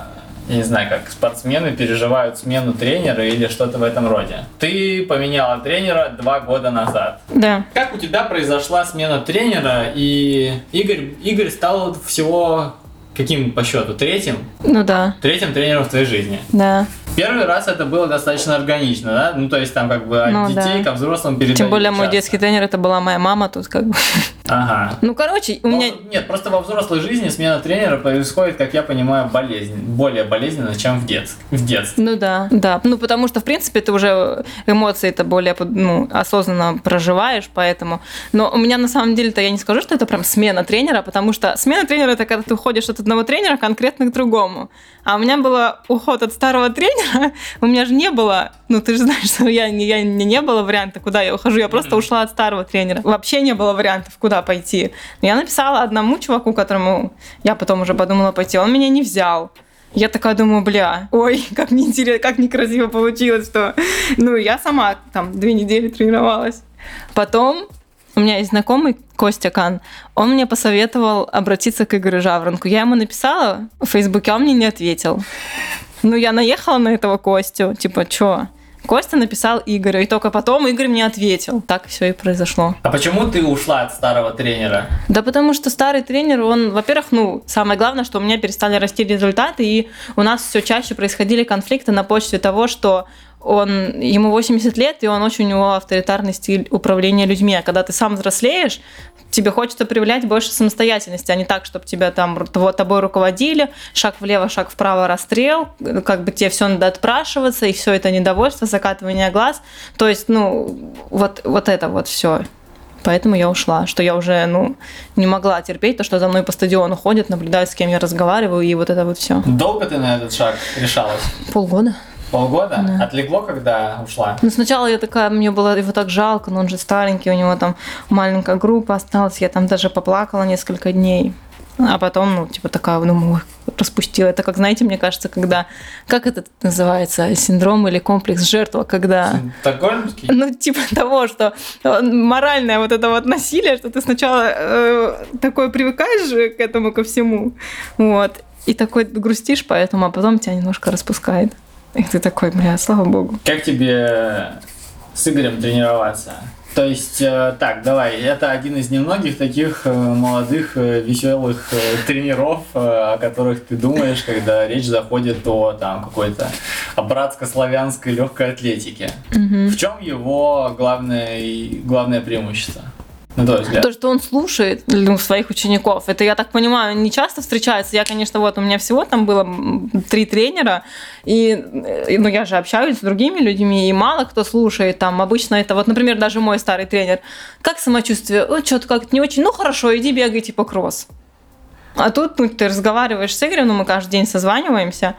я не знаю, как спортсмены переживают смену тренера или что-то в этом роде. Ты поменяла тренера 2 года назад. Да. Как у тебя произошла смена тренера, и Игорь стал всего каким по счету? 3-м? Ну да. 3-м тренером в твоей жизни? Да. Первый раз это было достаточно органично, да? Ну, то есть там как бы от детей ко взрослым передают. Тем более мой детский тренер, это была моя мама, тут как бы... Ага. Ну, короче, у меня... Нет, просто во взрослой жизни смена тренера происходит, как я понимаю, более болезненно, чем в детстве. Ну да. Ну, потому что, в принципе, ты уже эмоции-то более осознанно проживаешь, поэтому... Но у меня на самом деле-то я не скажу, что это прям смена тренера, потому что смена тренера — это когда ты уходишь от одного тренера конкретно к другому. А у меня был уход от старого тренера, у меня же не было, ну ты же знаешь, что не было варианта, куда я ухожу, я просто ушла от старого тренера. Вообще не было вариантов, куда пойти. Но я написала одному чуваку, которому я потом уже подумала пойти, он меня не взял. Я такая думаю, ой, как неинтересно, как некрасиво получилось, что... Ну, я сама там 2 недели тренировалась. Потом у меня есть знакомый, Костя Кан, он мне посоветовал обратиться к Игорю Жаворонку. Я ему написала в Фейсбуке, а он мне не ответил. Ну, я наехала на этого Костю, типа, чё? Костя написал Игорю, и только потом Игорь мне ответил. Так все и произошло. А почему ты ушла от старого тренера? Да потому что старый тренер, он, во-первых, самое главное, что у меня перестали расти результаты, и у нас все чаще происходили конфликты на почве того, что ему 80 лет, и у него авторитарный стиль управления людьми. А когда ты сам взрослеешь, тебе хочется проявлять больше самостоятельности, а не так, чтобы тебя там тобой руководили, шаг влево, шаг вправо, расстрел, как бы тебе все надо отпрашиваться, и все это недовольство, закатывание глаз. То есть, вот это вот все. Поэтому я ушла, что я уже, не могла терпеть то, что за мной по стадиону ходят, наблюдают, с кем я разговариваю, и вот это вот все. Долго ты на этот шаг решалась? Полгода. Полгода? Да. Отлегло, когда ушла? Сначала я такая, мне было его так жалко, но он же старенький, у него там маленькая группа осталась, я там даже поплакала несколько дней. А потом, такая, думаю, распустила. Это как, знаете, мне кажется, когда, как это называется, синдром или комплекс жертвы, когда... Стокгольмский? Того, что моральное вот это вот насилие, что ты сначала такое привыкаешь к этому, ко всему, и такой грустишь поэтому, а потом тебя немножко распускает. И ты такой, слава богу. Как тебе с Игорем тренироваться? То есть, так, давай, это один из немногих таких молодых, веселых тренеров, о которых ты думаешь, когда речь заходит о какой-то братско-славянской легкой атлетике. Угу. В чем его главное преимущество? На твой взгляд? То, что он слушает своих учеников. Это, я так понимаю, не часто встречается. Я, конечно, у меня всего там было 3 тренера, и я же общаюсь с другими людьми, и мало кто слушает. Там обычно это, например, даже мой старый тренер. Как самочувствие? Что-то как-то не очень. Хорошо, иди бегай, кросс. А тут ты разговариваешь с Игорем, мы каждый день созваниваемся,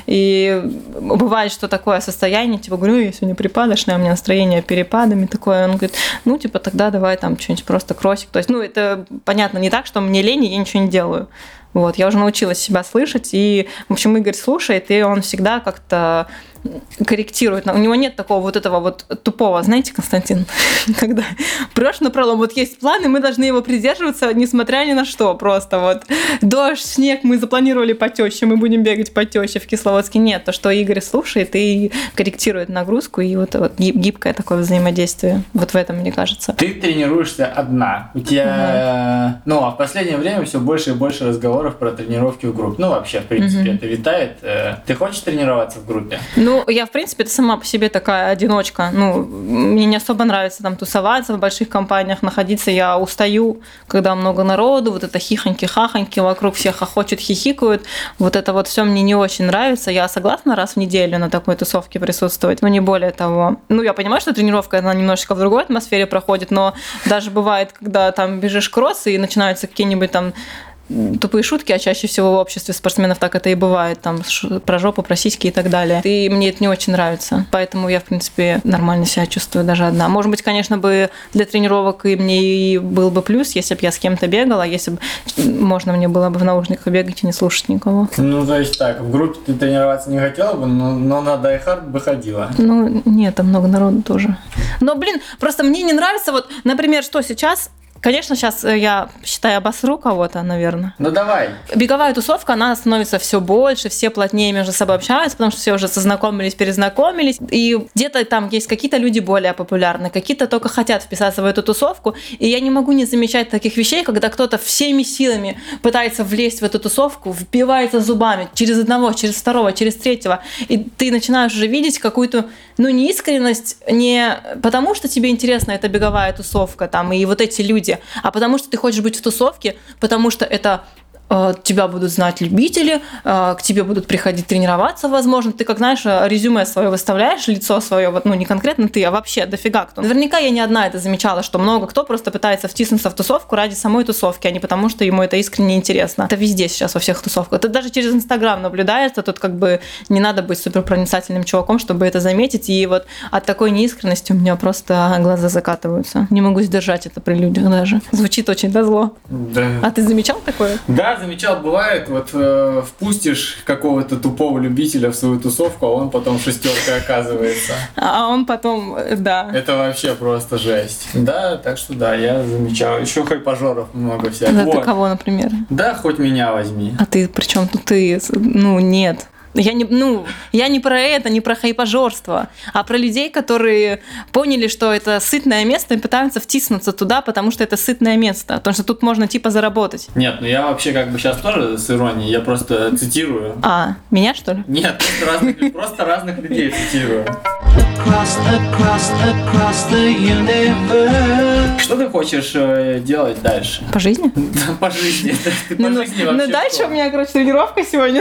и бывает, что такое состояние, говорю, я сегодня припадочная, у меня настроение перепадами такое. Он говорит, тогда давай там что-нибудь просто кроссик. То есть, это понятно, не так, что мне лень, и я ничего не делаю. Я уже научилась себя слышать, и, в общем, Игорь слушает, и он всегда как-то корректирует. У него нет такого этого тупого, знаете, Константин, когда прешь напролом, есть план, и мы должны его придерживаться, несмотря ни на что, просто дождь, снег, мы запланировали по тёще, мы будем бегать по тёще в Кисловодске. Нет, то, что Игорь слушает и корректирует нагрузку, и гибкое такое взаимодействие. В этом, мне кажется. Ты тренируешься одна. У тебя, а в последнее время все больше и больше разговоров про тренировки в группе. Вообще, в принципе, это витает. Ты хочешь тренироваться в группе? Я, в принципе, это сама по себе такая одиночка. Мне не особо нравится там тусоваться в больших компаниях, находиться. Я устаю, когда много народу, это хихоньки-хахоньки, вокруг всех хохочут, хихикают. Это все мне не очень нравится. Я согласна раз в неделю на такой тусовке присутствовать, но не более того. Я понимаю, что тренировка, она немножечко в другой атмосфере проходит, но даже бывает, когда там бежишь кросс и начинаются какие-нибудь там тупые шутки, а чаще всего в обществе спортсменов так это и бывает, там про жопу, про сиськи и так далее. И мне это не очень нравится. Поэтому я, в принципе, нормально себя чувствую даже одна. Может быть, конечно, бы для тренировок и мне и был бы плюс, если бы я с кем-то бегала, если бы можно мне было бы в наушниках бегать и не слушать никого. То есть так, в группе ты тренироваться не хотела бы, но на Die Hard бы ходила. Нет, там много народу тоже. Но, просто мне не нравится, например, что сейчас. Конечно, сейчас я, считаю, обосру кого-то, наверное. Давай. Беговая тусовка, она становится все больше, все плотнее между собой общаются, потому что все уже сознакомились, перезнакомились. И где-то там есть какие-то люди более популярные, какие-то только хотят вписаться в эту тусовку. И я не могу не замечать таких вещей, когда кто-то всеми силами пытается влезть в эту тусовку, впивается зубами через одного, через второго, через третьего. И ты начинаешь уже видеть какую-то, неискренность не потому, что тебе интересна эта беговая тусовка там, и эти люди, а потому что ты хочешь быть в тусовке, потому что это тебя будут знать любители, к тебе будут приходить тренироваться, возможно. Ты, как знаешь, резюме свое выставляешь, лицо свое, не конкретно ты, а вообще дофига кто. Наверняка я не одна это замечала, что много кто просто пытается втиснуться в тусовку ради самой тусовки, а не потому, что ему это искренне интересно. Это везде сейчас, во всех тусовках. Это даже через Инстаграм наблюдается, тут не надо быть суперпроницательным чуваком, чтобы это заметить, и от такой неискренности у меня просто глаза закатываются. Не могу сдержать это при людях даже. Звучит очень зло. Да. А ты замечал такое? Да, замечал, бывает, впустишь какого-то тупого любителя в свою тусовку, а он потом шестеркой оказывается. А он потом, да. Это вообще просто жесть. Да, так что да, я замечал. Еще хайпажоров много всяких. Да, ты кого, например? Да, хоть меня возьми. А ты, причем тут ты, нет. Я не про это, не про хайпажорство, а про людей, которые поняли, что это сытное место и пытаются втиснуться туда, потому что это сытное место, потому что тут можно типа заработать. Нет, ну я вообще как бы сейчас тоже с иронией, я просто цитирую. А, меня что ли? Нет, просто разных людей цитирую. Across the universe. Что ты хочешь делать дальше? По жизни? По жизни. Ты по жизни вообще дальше кто? у меня, короче, тренировка сегодня.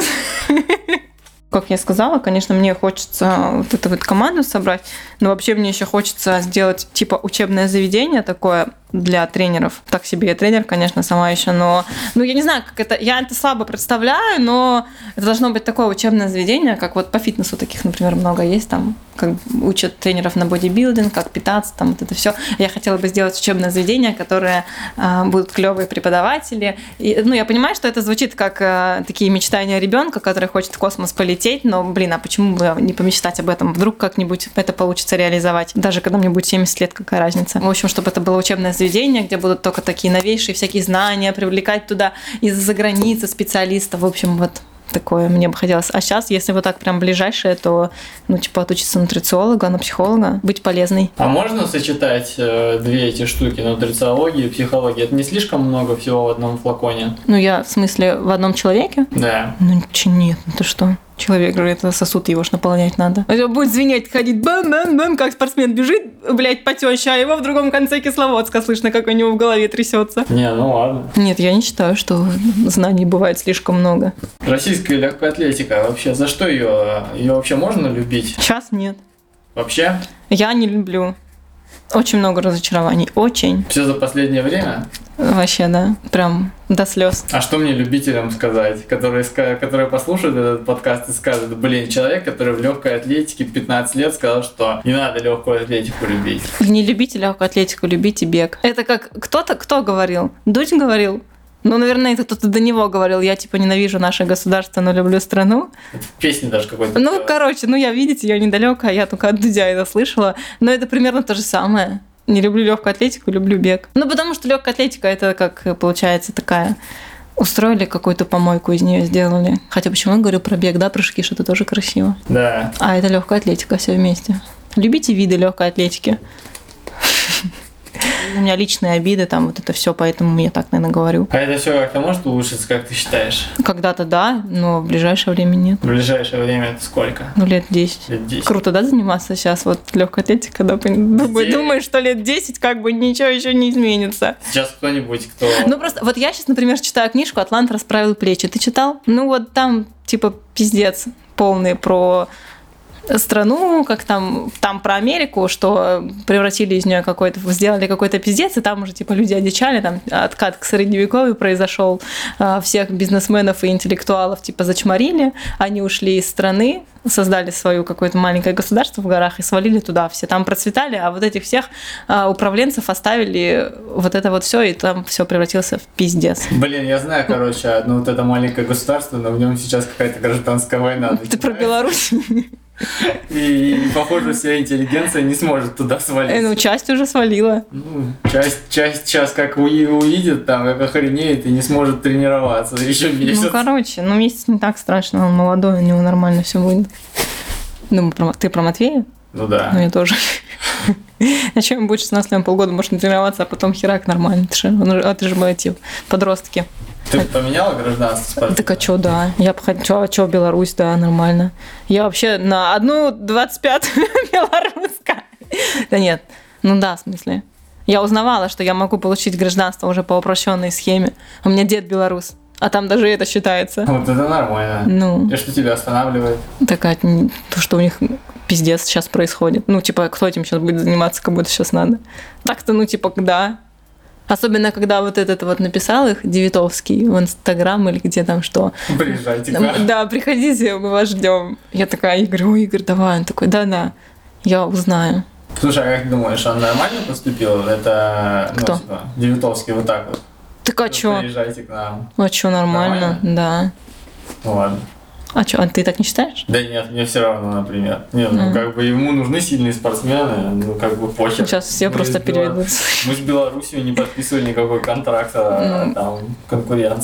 Как я сказала, конечно, мне хочется вот эту вот команду собрать, но вообще мне еще хочется сделать типа учебное заведение такое для тренеров. Так себе я тренер, конечно, сама еще, но я не знаю, как это. Я это слабо представляю, но это должно быть такое учебное заведение, как вот по фитнесу таких, например, много есть, там, как учат тренеров на бодибилдинг, как питаться, там вот это все. Я хотела бы сделать учебное заведение, которое будут клевые преподаватели. И, я понимаю, что это звучит как такие мечтания ребенка, который хочет в космос полететь, но, а почему бы не помечтать об этом? Вдруг как-нибудь это получится реализовать, даже когда мне будет 70 лет, какая разница. В общем, чтобы это было учебное заведение, где будут только такие новейшие всякие знания, привлекать туда из-за границы специалистов. В общем, вот такое мне бы хотелось. А сейчас, если вот так прям ближайшее, то, отучиться на нутрициолога, на психолога, быть полезной. А можно сочетать две эти штуки, нутрициология и психология? Это не слишком много всего в одном флаконе? В смысле, в одном человеке? Да. Нет, ты что? Человек же, это сосуд, его ж наполнять надо. Это будет звенеть, ходить, бам-бам-бам, как спортсмен бежит, по тёще, а его в другом конце Кисловодска слышно, как у него в голове трясется. Не, ладно. Нет, я не считаю, что знаний бывает слишком много. Российская легкая атлетика, вообще, за что ее вообще можно любить? Сейчас нет. Вообще? Я не люблю. Очень много разочарований, очень. Все за последнее время? Вообще, да, прям до слез. А что мне любителям сказать, которые послушают этот подкаст и скажут, человек, который в легкой атлетике 15 лет сказал, что не надо легкую атлетику любить. Не любите легкую атлетику, любите бег. Это как кто говорил? Дудь говорил? Наверное, это кто-то до него говорил. Я ненавижу наше государство, но люблю страну. В песне даже какой-то. Я недалеко, я только от Дудя это слышала. Но это примерно то же самое. Не люблю легкую атлетику, люблю бег. Потому что легкая атлетика это как получается такая. Устроили какую-то помойку из нее сделали. Хотя почему я говорю про бег, да, прыжки, что это тоже красиво. Да. А это легкая атлетика, все вместе. Любите виды легкой атлетики? У меня личные обиды, там вот это все, поэтому я так, наверное, говорю. А это все как-то может улучшиться, как ты считаешь? Когда-то да, но в ближайшее время нет. В ближайшее время это сколько? Лет 10. Лет 10. Круто, да, заниматься сейчас вот легкой атлетикой, да? Думаешь, что лет 10 ничего еще не изменится. Сейчас кто-нибудь, кто... Просто, вот я сейчас, например, читаю книжку «Атлант расправил плечи». Ты читал? Там, пиздец полный про страну, как там про Америку, что превратили из нее сделали какой-то пиздец, и там уже люди одичали, там откат к средневековью произошел, всех бизнесменов и интеллектуалов зачморили, они ушли из страны, создали свое какое-то маленькое государство в горах и свалили туда, все там процветали, а вот этих всех управленцев оставили вот это вот все, и там все превратился в пиздец. Я знаю, одно вот это маленькое государство, но в нем сейчас какая-то гражданская война. Ты про Беларусь? И, похоже, вся интеллигенция не сможет туда свалиться. Часть уже свалила. Часть сейчас как увидит, как охренеет и не сможет тренироваться еще месяц. Месяц не так страшно, он молодой, у него нормально все будет. Ты про Матвея? Да. Я тоже. А что ему будет 16 лет, полгода можно тренироваться, а потом херак нормально. Это же мои подростки. Ты поменяла гражданство? Так а что, да. Я хочу в Беларусь, да, нормально. Я вообще на 1,25 белорусская. Да нет, в смысле. Я узнавала, что я могу получить гражданство уже по упрощенной схеме. У меня дед белорус, а там даже это считается. Вот это нормально. И что тебя останавливает? То, что у них пиздец сейчас происходит. Кто этим сейчас будет заниматься, как будто сейчас надо. Так-то, да. Особенно, когда вот этот вот написал их, Девятовский, в Инстаграм или где там что. Приезжайте. Да, приходите, мы вас ждем. Я такая, Игорь, давай. Он такой, да, я узнаю. Слушай, а как думаешь, он нормально поступил? Это, кто? Девятовский вот так вот. Так а чё? Приезжайте к нам. А чё, нормально? Да. Ладно. А что, ты так не считаешь? Да нет, мне все равно, например. Ему нужны сильные спортсмены, похер. Сейчас все просто переведутся. Мы с Беларусью не подписывали никакой контракт о конкуренции.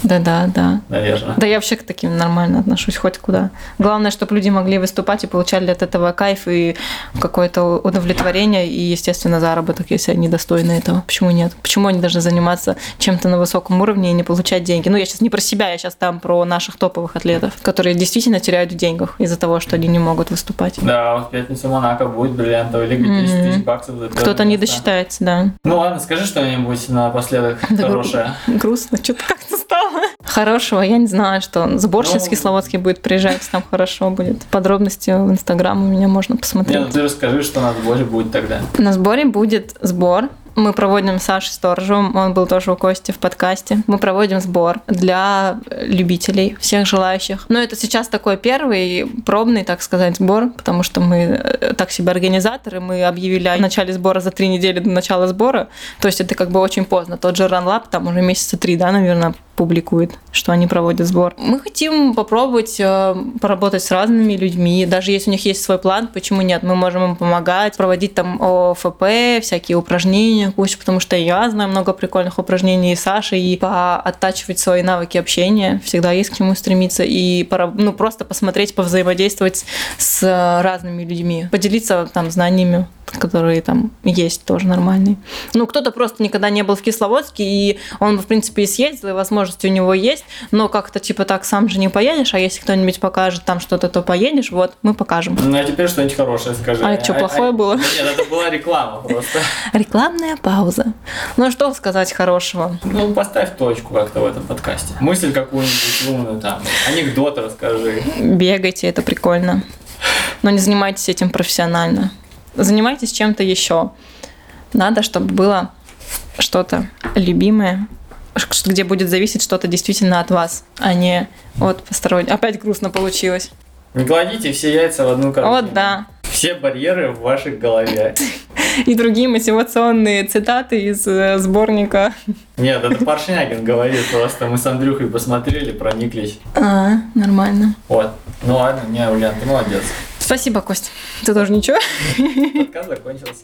Да. наверное. Да, я вообще к таким нормально отношусь хоть куда. Главное, чтобы люди могли выступать и получали от этого кайф и какое-то удовлетворение и, естественно, заработок, если они достойны этого. Почему нет? Почему они должны заниматься чем-то на высоком уровне и не получать деньги? Ну, я сейчас не про себя, я сейчас там про наших топовых атлетов, которые действительно теряют в деньгах из-за того, что они не могут выступать. Да, вот в пятницу Монако будет бриллиантовая лига, 10 тысяч баксов. За Кто-то не место. досчитается, да. Ну ладно, скажи что-нибудь напоследок хорошее. Грустно, что-то как-то стало. Хорошего, я не знаю, что Сборщик Ну, Кисловодский будет приезжать, там хорошо будет. Подробности в Инстаграм у меня можно посмотреть. Не, ну ты расскажи, что на сборе будет тогда. На сборе будет сбор. Мы проводим с Сашей Сторожевым, он был тоже у Кости в подкасте. Мы проводим сбор для любителей, всех желающих. Но это сейчас такой первый пробный, так сказать, сбор, потому что мы так себе организаторы, мы объявили о начале сбора за 3 недели до начала сбора, то есть это как бы очень поздно. Тот же RunLab там уже месяца 3, да, наверное, публикует, что они проводят сбор. Мы хотим попробовать поработать с разными людьми, даже если у них есть свой план, почему нет? Мы можем им помогать, проводить там ОФП, всякие упражнения, кучу, потому что я знаю много прикольных упражнений и Саши, и пооттачивать свои навыки общения, всегда есть к чему стремиться, и просто посмотреть, повзаимодействовать с разными людьми, поделиться там знаниями, которые там есть, тоже нормальные. Ну, кто-то просто никогда не был в Кисловодске, и он, в принципе, и съездил, и возможности у него есть, но как-то типа так сам же не поедешь, а если кто-нибудь покажет там что-то, то поедешь, вот, мы покажем. Ну, а теперь что-нибудь хорошее скажи. А что, плохое было? Нет, это была реклама просто. Рекламная пауза. Ну, а что сказать хорошего? Ну, поставь точку как-то в этом подкасте. Мысль какую-нибудь умную там, анекдот расскажи. Бегайте, это прикольно. Но не занимайтесь этим профессионально. Занимайтесь чем-то еще. Надо, чтобы было что-то любимое, где будет зависеть что-то действительно от вас, а не от посторонних. Опять грустно получилось. Не кладите все яйца в одну корзину. Вот, да. Все барьеры в вашей голове. И другие мотивационные цитаты из сборника. Нет, это Поршнягин говорит просто. Мы с Андрюхой посмотрели, прониклись. Нормально. Вот. Ну ладно, не, Ульян, ты молодец. Спасибо, Кость. Ты тоже ничего? Подкаст закончился.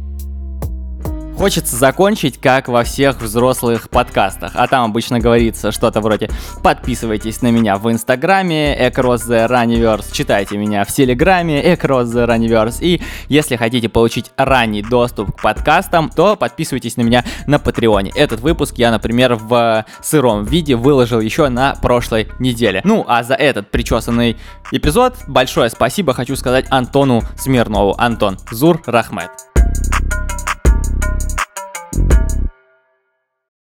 Хочется закончить, как во всех взрослых подкастах. А там обычно говорится что-то вроде: подписывайтесь на меня в Инстаграме, Across the Runniverse, читайте меня в Телеграме, Across the Runniverse. И если хотите получить ранний доступ к подкастам, то подписывайтесь на меня на Патреоне. Этот выпуск я, например, в сыром виде выложил еще на прошлой неделе. Ну, а за этот причесанный эпизод большое спасибо хочу сказать Антону Смирнову. Антон, Зур Рахмет.